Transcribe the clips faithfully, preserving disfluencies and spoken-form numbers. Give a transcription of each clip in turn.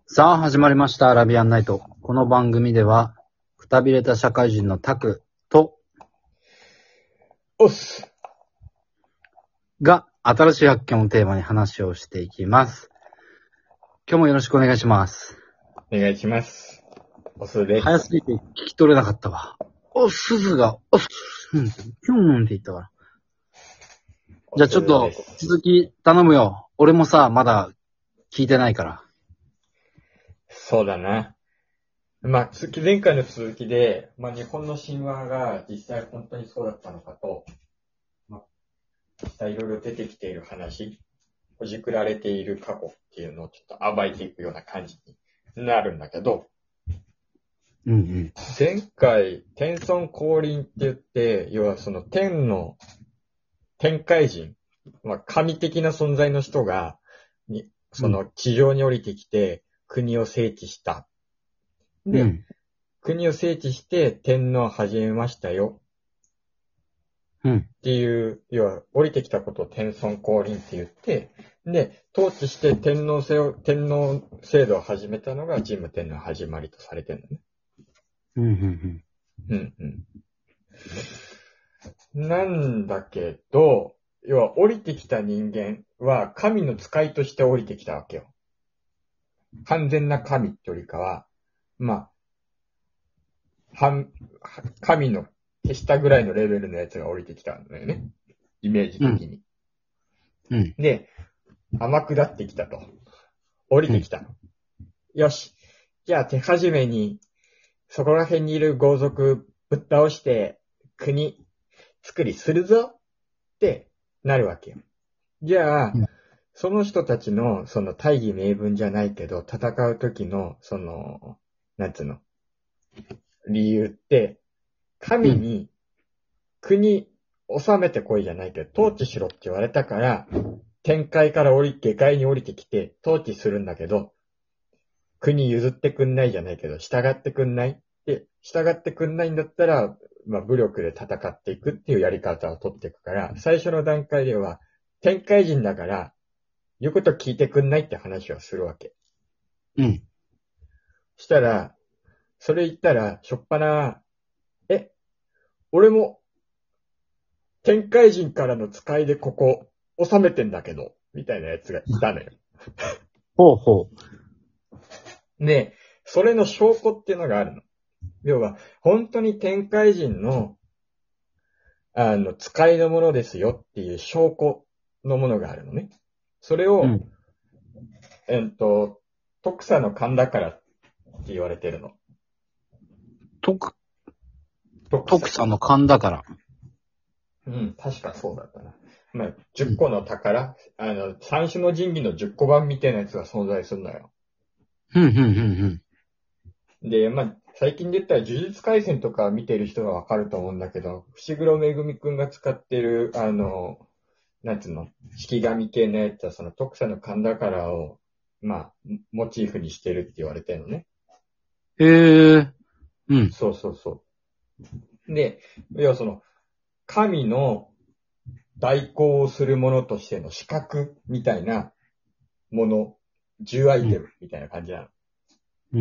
さあ、始まりました。アラビアンナイト。この番組では、くたびれた社会人のタクと、 おっす。 が、新しい発見をテーマに話をしていきます。今日もよろしくお願いします。 お願いします。おすです。 早すぎて聞き取れなかったわ。おすずが、おす、うん、キュンって言ったから。じゃあちょっと、続き頼むよ。俺もさ、まだ聞いてないから。 そうだな。まあ、続き、前回の続きで、まあ、日本の神話が実際本当にそうだったのかと、まあ、実際いろいろ出てきている話、ほじくられている過去っていうのをちょっと暴いていくような感じになるんだけど、 うんうん。 前回、天孫降臨って言って、要はその天の、天界人、まあ、神的な存在の人が、に、その地上に降りてきて、国を整地した。で、 うん、 国を整地して天皇を始めましたよ。 うん。 っていう、要は降りてきたことを天孫降臨って言って、で、統治して天皇制を、天皇制度を始めたのが神武天皇の始まりとされてるんだね。 うん、うん、 うんうん。なんだけど、要は降りてきた人間は神の使いとして降りてきたわけよ。完全な神ってよりかは、まあ、半、神の手下ぐらいのレベルのやつが降りてきたんだよね。イメージ的に。 うん。 で、天下ってきたと。降りてきたの。よし。じゃあ手始めに、そこら辺にいる豪族ぶっ倒して、国作りするぞってなるわけよ。じゃあ、 うんその人たちの、その大義名分じゃないけど、戦う時の、その、なんつうの、理由って、神に国治めてこいじゃないけど、統治しろって言われたから、天界から降り、下界に降りてきて、統治するんだけど、国譲ってくんないじゃないけど、従ってくんないで、従ってくんないんだったら、まあ、武力で戦っていくっていうやり方を取っていくから、最初の段階では、天界人だから、言うこと聞いてくんないって話をするわけ。 うん。 したら、それ言ったら、しょっぱな、え、俺も、天界人からの使いでここ、収めてんだけど、みたいなやつがいたのよ。 ほうほで、それの証拠っていうのがあるの。要は、本当に天界人の、あの、使いのものですよっていう証拠のものがあるのね。それう。 を、 うん。 えっと、徳佐の勘だからって言われてるの。 徳、 徳徳さんの勘だから。 うん、確かそうだったな。まあ、じゅっこの宝、あの、三種の神器のじゅっこ版みたいなやつが存在するのよ。 うん、うん、うん、 で、まあ、最近で言ったら呪術廻戦とか見てる人がわかると思うんだけど、伏黒めぐみくんが使ってる、あの、なんつうの、式神系のやつはその徳佐の勘宝を、まあ、モチーフにしてるって言われてるのね。 うん。へえ。うん。 そうそうそう。で、要はその、神の代行をするものとしての資格みたいなもの、じゅうアイテムみたいな感じなの。 うん、うん。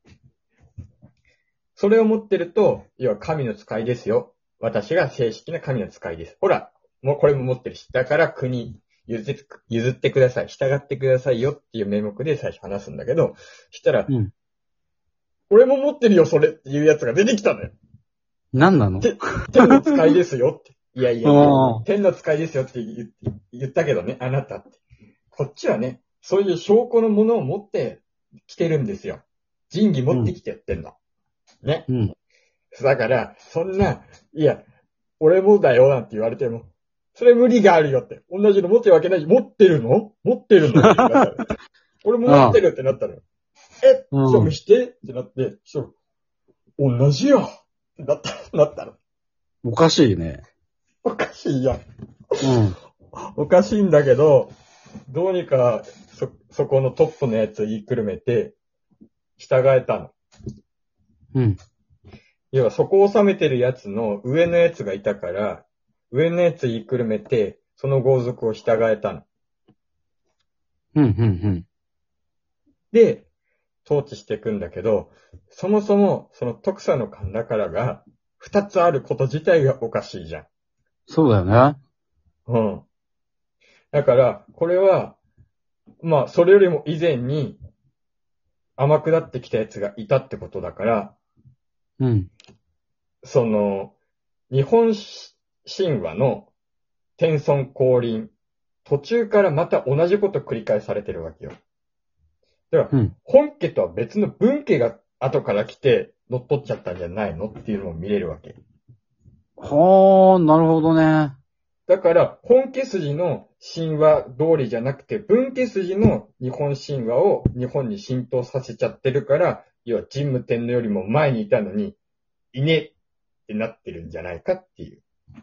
それを持ってると、要は神の使いですよ。私が正式な神の使いです。ほら、もうこれも持ってるし。だから国譲って、譲ってください。従ってくださいよっていう名目で最初話すんだけど、したら、 うん。 俺も持ってるよ、それっていうやつが出てきたのよ。 何なの？ て、天の使いですよって。いやいやいやああ、 天の使いですよって言言ったけどね、あなたって。こっちはね、そういう証拠のものを持ってきてるんですよ。仁義持ってきてやってんの。ね。 うん。 だから、そんな、いや、俺もだよなんて言われても、それ無理があるよって。同じの持ってるわけないし、持ってるの持ってるのってなったの。俺も持ってるってなったのよ。え、 うんちょ、見してってなって、ちょ、同じよってなった、なったの。 おかしいね。 おかしいやん。 うん。 おかしいんだけど、どうにか、そ、そこのトップのやつを言いくるめて、従えたの。 うん。 要はそこを収めてるやつの上のやつがいたから、上のやつ言いくるめて、その豪族を従えたの。 うん、うん、 で、 統治していくんだけど、そもそもその徳佐の神宝が二つあること自体がおかしいじゃん。 そうだよね。 うん。だから、これは、まあ、それよりも以前に天下ってきたやつがいたってことだから、 うん。 その、日本神話の天孫降臨、途中からまた同じこと繰り返されてるわけよ。だから、 うん。 本家とは別の分家が後から来て乗っ取っちゃったんじゃないのっていうのを見れるわけ。 はあ、なるほどね。 だから、本家筋の神話通りじゃなくて、分家筋の日本神話を日本に浸透させちゃってるから、要は神武天皇よりも前にいたのに、いねってなってるんじゃないかっていう。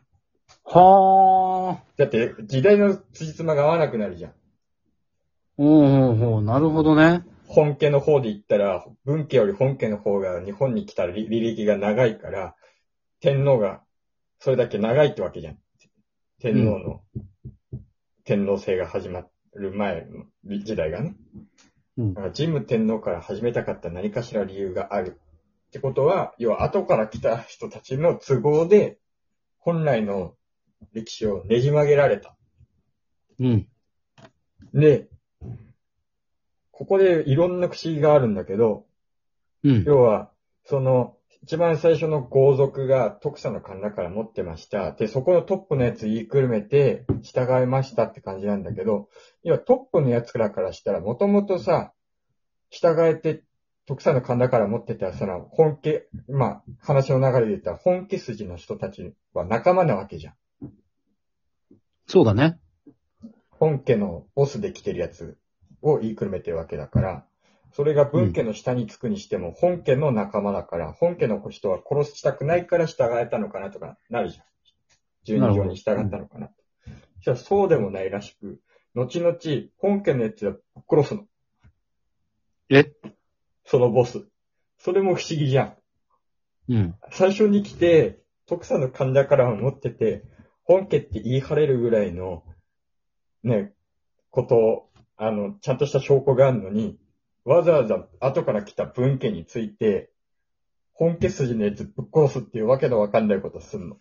はあ。 だって、時代の辻褄が合わなくなるじゃん。 おうおうおう、なるほどね。 本家の方で言ったら、文家より本家の方が日本に来た履歴が長いから、天皇がそれだけ長いってわけじゃん。天皇の、天皇制が始まる前の時代がね。 うん。 だから神武天皇から始めたかった何かしら理由がある。ってことは、要は後から来た人たちの都合で、本来の歴史をねじ曲げられた。 うん。 で、ここでいろんな不思議があるんだけど、 うん。 要は、その、一番最初の豪族が徳佐の神から持ってました。で、そこのトップのやつ言いくるめて従いましたって感じなんだけど、要はトップのやつらからしたら、もともとさ、従えて徳佐の神から持ってた、その本家、まあ、話の流れで言ったら本家筋の人たちは仲間なわけじゃん。 そうだね。 本家のボスで来てるやつを言いくるめてるわけだから、それが分家の下につくにしても、本家の仲間だから、本家の人は殺したくないから従えたのかなとかなるじゃん。十二条に従ったのかな。じゃあそうでもないらしく、後々、本家のやつはぶっ殺すの。 えそのボス。それも不思議じゃん。 うん。 最初に来て、徳佐の神宝を持ってて、本家って言い張れるぐらいの、ね、ことを、あの、ちゃんとした証拠があるのに、わざわざ後から来た分家について、本家筋のやつぶっ殺すっていうわけのわかんないことすんの。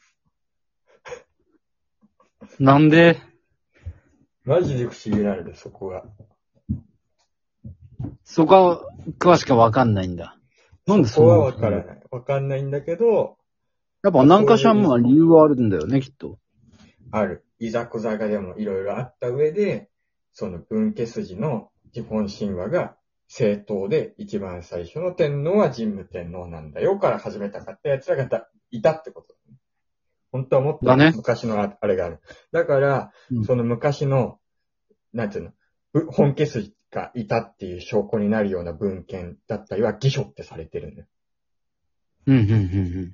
なんでマジで不思議なんで、そこが。 そこは詳しくわかんないんだ。なんでそこはそんなわからない。わかんないんだけど、 やっぱ何かしらまあ理由はあるんだよね、きっと。 ある。いざこざがでもいろいろあった上で、その分家筋の日本神話が正当で一番最初の天皇は神武天皇なんだよから始めたかった奴らがだいたってこと。本当はもっと昔のあれがある。だから、 うん、 その昔の、なんていうの、本家筋がいたっていう証拠になるような文献だったりは偽書ってされてるんだよ。 うん、うん、うん、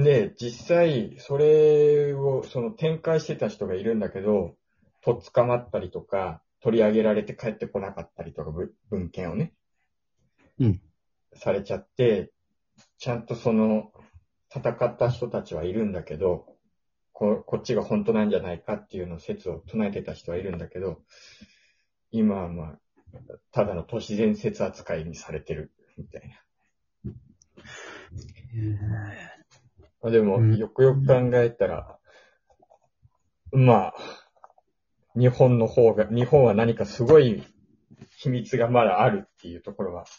で、実際、それを、その展開してた人がいるんだけど、とっ捕まったりとか、取り上げられて帰ってこなかったりとか、文献をね。 うん。 されちゃって、ちゃんとその、戦った人たちはいるんだけど、こ、こっちが本当なんじゃないかっていうのを説を唱えてた人はいるんだけど、今はまあ、ただの都市伝説扱いにされてる、みたいな。でも、よくよく考えたら、まあ、日本の方が、日本は何かすごい秘密がまだあるっていうところは、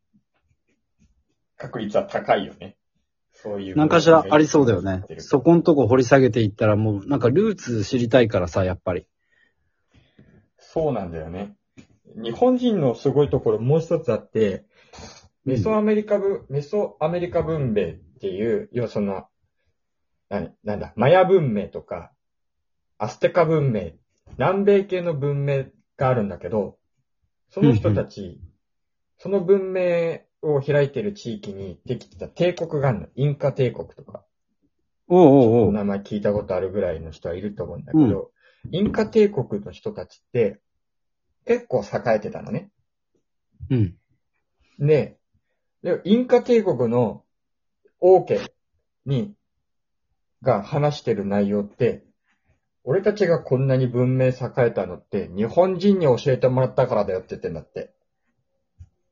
確率は高いよね。そういう。 なんかしらありそうだよね。そこんとこ掘り下げていったらもう、なんかルーツ知りたいからさ、やっぱり。 そうなんだよね。日本人のすごいところもう一つあって、メソアメリカ文、メソアメリカ文明っていう、要はその、な、なんだ、マヤ文明とか、アステカ文明、南米系の文明があるんだけど、その人たち、うんうん、その文明を開いてる地域にできてた帝国があるの。インカ帝国とか。 おうおうおう。 名前聞いたことあるぐらいの人はいると思うんだけど、うん、インカ帝国の人たちって結構栄えてたのね。 うん。 で、でインカ帝国の王家に、が話してる内容って、俺たちがこんなに文明栄えたのって日本人に教えてもらったからだよって言ってんだって。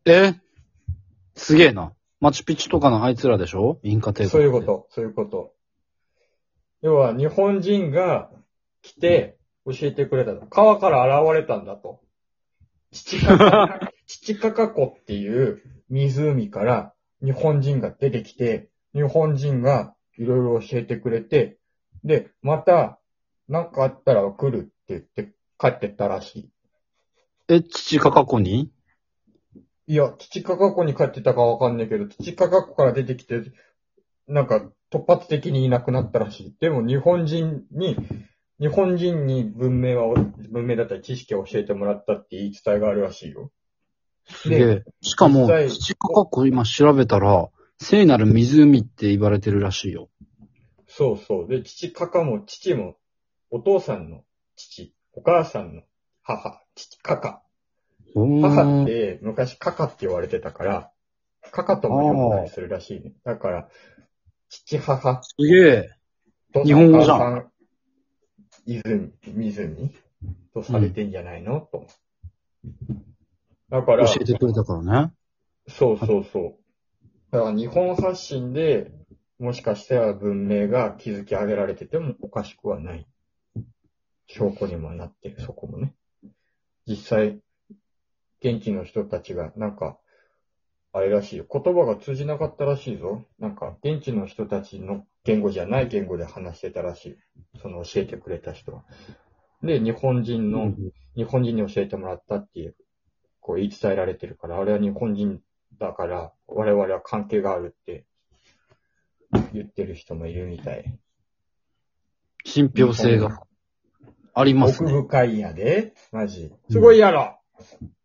えすげえな。マチュピチュとかのあいつらでしょインカ帝国。 そういうこと、そういうこと。要は日本人が来て教えてくれたと。川から現れたんだと。父かか、父かか湖っていう湖から日本人が出てきて、日本人がいろいろ教えてくれて、で、また、なんかあったら来るって言って帰ってったらしい。 え、父かか子にいや、父かか湖に帰ってたかわかんないけど、父かか湖から出てきて、なんか突発的にいなくなったらしい。でも日本人に、日本人に文明は、文明だったり知識を教えてもらったって言い伝えがあるらしいよ。 すげえ。しかも、 実際父かか子今調べたら、聖なる湖って言われてるらしいよ。 そうそう。で、父かかも、父も、お父さんの父、お母さんの母、父かか。母って昔カカって言われてたから、カカとも呼んだりするらしいね。だから、父母。 すげえ。日本語じゃん。 湖、湖とされてんじゃないの、うん、と。だから、 教えてくれたからね。 そうそうそう。だから日本発信で、もしかしたら文明が築き上げられててもおかしくはない。証拠にもなってる、そこもね。実際、現地の人たちが、なんか、あれらしいよ。言葉が通じなかったらしいぞ。なんか、現地の人たちの言語じゃない言語で話してたらしい。その教えてくれた人は。で、日本人の、うん、日本人に教えてもらったっていう、こう言い伝えられてるから、あれは日本人だから、我々は関係があるって言ってる人もいるみたい。 信憑性がありますね。 奥深いんやで。マジ。すごいやろ、